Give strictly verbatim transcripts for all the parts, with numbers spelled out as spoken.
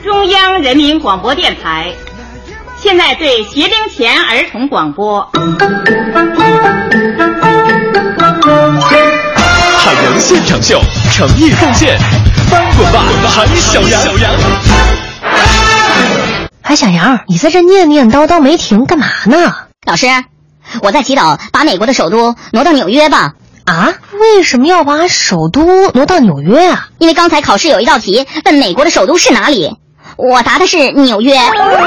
中央人民广播电台，现在对学龄前儿童广播。 海洋现场秀，诚意奉献，翻滚吧，韩小羊！ 韩小羊，你在这念念叨叨没停，干嘛呢？ 老师，我在祈祷把美国的首都挪到纽约吧。 啊？为什么要把首都挪到纽约啊？ 因为刚才考试有一道题问美国的首都是哪里，我答的是纽约。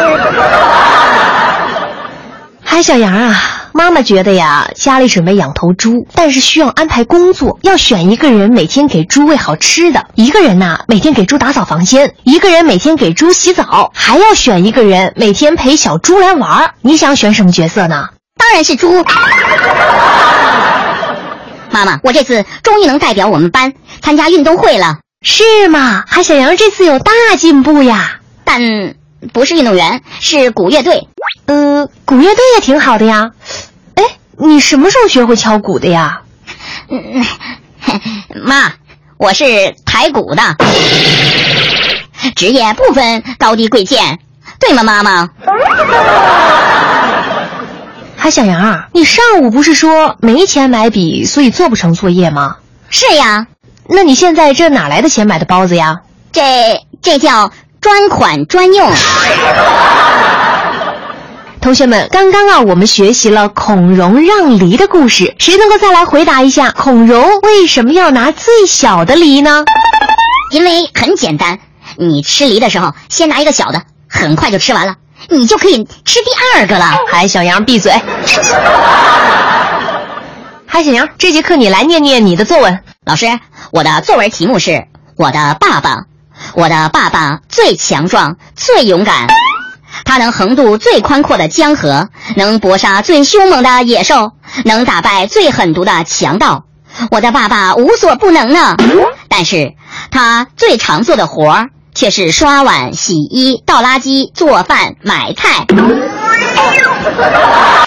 嗨，小杨啊，妈妈觉得呀，家里准备养头猪，但是需要安排工作，要选一个人每天给猪喂好吃的，一个人呐每天给猪打扫房间，一个人每天给猪洗澡，还要选一个人每天陪小猪来玩。你想选什么角色呢？ 当然是猪。妈妈，我这次终于能代表我们班参加运动会了。 是吗？嗨，小杨这次有大进步呀。 但不是运动员，是鼓乐队。 嗯，鼓乐队也挺好的呀。哎，你什么时候学会敲鼓的呀？ 嗯，妈，我是抬鼓的，职业不分高低贵贱，对吗，妈妈？ 嗨，小杨啊，你上午不是说没钱买笔，所以做不成作业吗？ 是呀。 那你现在这哪来的钱买的包子呀？ 这这叫专款专用。 同学们，刚刚啊，我们学习了孔融让梨的故事，谁能够再来回答一下，孔融为什么要拿最小的梨呢？ 因为很简单，你吃梨的时候，先拿一个小的，很快就吃完了，你就可以吃第二个了。 嗨，小杨闭嘴。嗨，小杨，这节课你来念念你的作文。 老师，我的作文题目是我的爸爸。我的爸爸最强壮，最勇敢，他能横渡最宽阔的江河，能搏杀最凶猛的野兽，能打败最狠毒的强盗。我的爸爸无所不能呢，但是他最常做的活儿却是刷碗、洗衣、倒垃圾、做饭、买菜。